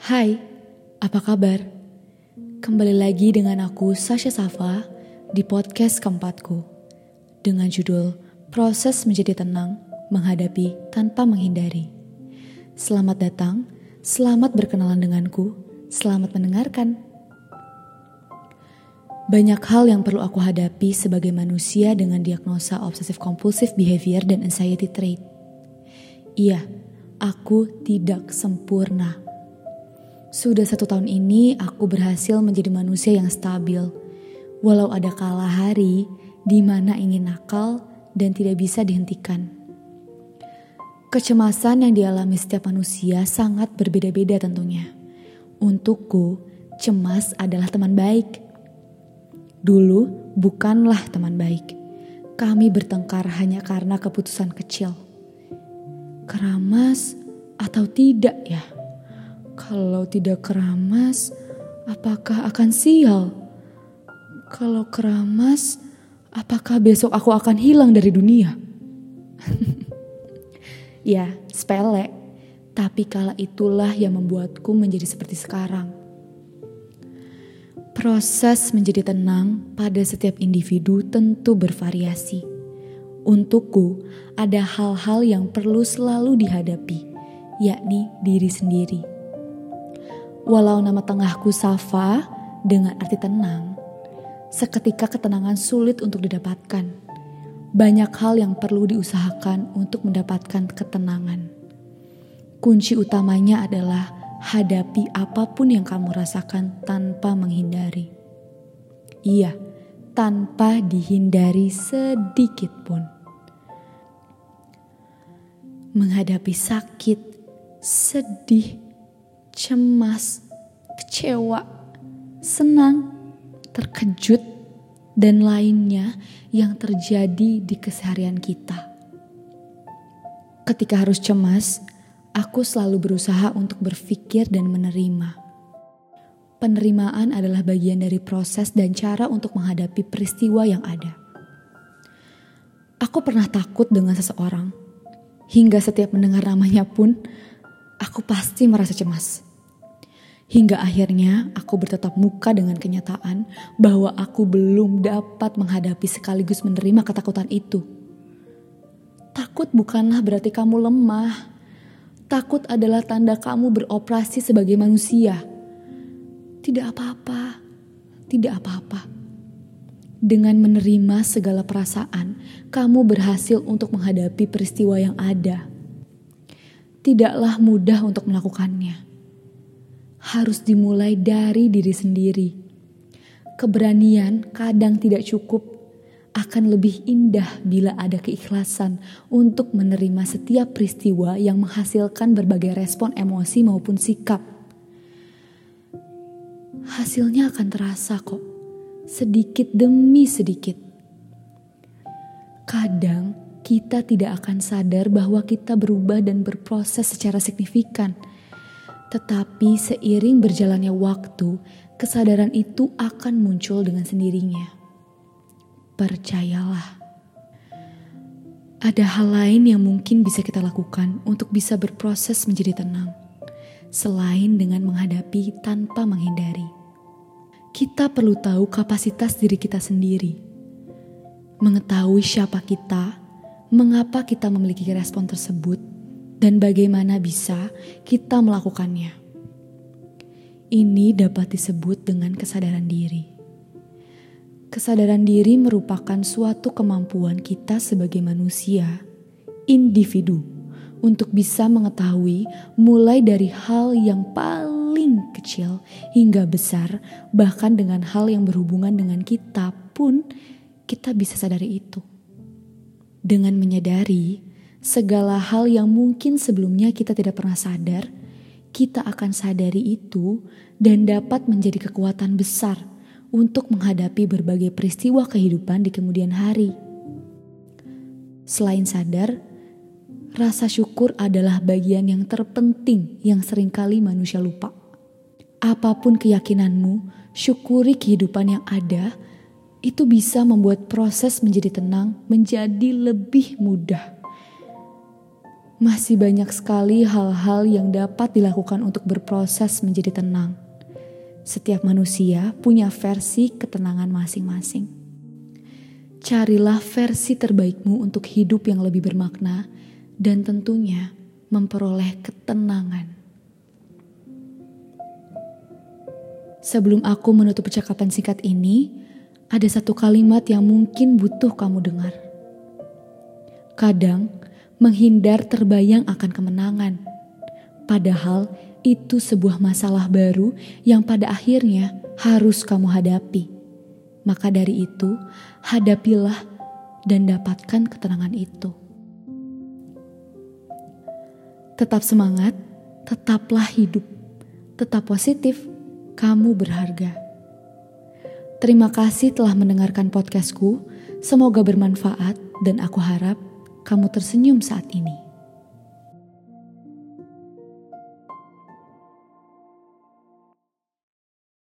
Hai, apa kabar? Kembali lagi dengan aku Sasha Safa di podcast keempatku dengan judul Proses Menjadi Tenang Menghadapi Tanpa Menghindari. Selamat datang, selamat berkenalan denganku, selamat mendengarkan. Banyak hal yang perlu aku hadapi sebagai manusia dengan diagnosa obsessive compulsive behavior dan anxiety trait. Iya, aku tidak sempurna. Sudah 1 tahun ini aku berhasil menjadi manusia yang stabil. Walau ada kala hari di mana ingin nakal dan tidak bisa dihentikan. Kecemasan yang dialami setiap manusia sangat berbeda-beda tentunya. Untukku, cemas adalah teman baik. Dulu bukanlah teman baik. Kami bertengkar hanya karena keputusan kecil. Keramas atau tidak ya? Kalau tidak keramas, apakah akan sial? Kalau keramas, apakah besok aku akan hilang dari dunia? Ya, sepele. Tapi kala itulah yang membuatku menjadi seperti sekarang. Proses menjadi tenang pada setiap individu tentu bervariasi. Untukku, ada hal-hal yang perlu selalu dihadapi, yakni diri sendiri. Walau nama tengahku Safa dengan arti tenang, seketika ketenangan sulit untuk didapatkan. Banyak hal yang perlu diusahakan untuk mendapatkan ketenangan. Kunci utamanya adalah hadapi apapun yang kamu rasakan tanpa menghindari. Iya, tanpa dihindari sedikit pun. Menghadapi sakit, sedih, cemas, kecewa, senang, terkejut, dan lainnya yang terjadi di keseharian kita. Ketika harus cemas, aku selalu berusaha untuk berpikir dan menerima. Penerimaan adalah bagian dari proses dan cara untuk menghadapi peristiwa yang ada. Aku pernah takut dengan seseorang, hingga setiap mendengar namanya pun, aku pasti merasa cemas. Hingga akhirnya aku bertatap muka dengan kenyataan bahwa aku belum dapat menghadapi sekaligus menerima ketakutan itu. Takut bukanlah berarti kamu lemah. Takut adalah tanda kamu beroperasi sebagai manusia. Tidak apa-apa, tidak apa-apa. Dengan menerima segala perasaan, kamu berhasil untuk menghadapi peristiwa yang ada. Tidaklah mudah untuk melakukannya. Harus dimulai dari diri sendiri. Keberanian kadang tidak cukup. Akan lebih indah bila ada keikhlasan untuk menerima setiap peristiwa yang menghasilkan berbagai respon emosi maupun sikap. Hasilnya akan terasa kok, sedikit demi sedikit. Kadang kita tidak akan sadar bahwa kita berubah dan berproses secara signifikan. Tetapi seiring berjalannya waktu, kesadaran itu akan muncul dengan sendirinya. Percayalah. Ada hal lain yang mungkin bisa kita lakukan untuk bisa berproses menjadi tenang, selain dengan menghadapi tanpa menghindari. Kita perlu tahu kapasitas diri kita sendiri. Mengetahui siapa kita, mengapa kita memiliki respon tersebut, dan bagaimana bisa kita melakukannya. Ini dapat disebut dengan kesadaran diri. Kesadaran diri merupakan suatu kemampuan kita sebagai manusia, individu, untuk bisa mengetahui mulai dari hal yang paling kecil hingga besar, bahkan dengan hal yang berhubungan dengan kita pun kita bisa sadari itu. Dengan menyadari segala hal yang mungkin sebelumnya kita tidak pernah sadar, kita akan sadari itu dan dapat menjadi kekuatan besar untuk menghadapi berbagai peristiwa kehidupan di kemudian hari. Selain sadar, rasa syukur adalah bagian yang terpenting yang seringkali manusia lupa. Apapun keyakinanmu, syukuri kehidupan yang ada, itu bisa membuat proses menjadi tenang menjadi lebih mudah. Masih banyak sekali hal-hal yang dapat dilakukan untuk berproses menjadi tenang. Setiap manusia punya versi ketenangan masing-masing. Carilah versi terbaikmu untuk hidup yang lebih bermakna dan tentunya memperoleh ketenangan. Sebelum aku menutup percakapan singkat ini, ada satu kalimat yang mungkin butuh kamu dengar. Kadang, menghindar terbayang akan kemenangan. Padahal itu sebuah masalah baru yang pada akhirnya harus kamu hadapi. Maka dari itu, hadapilah dan dapatkan ketenangan itu. Tetap semangat, tetaplah hidup, tetap positif, kamu berharga. Terima kasih telah mendengarkan podcastku, semoga bermanfaat dan aku harap kamu tersenyum saat ini.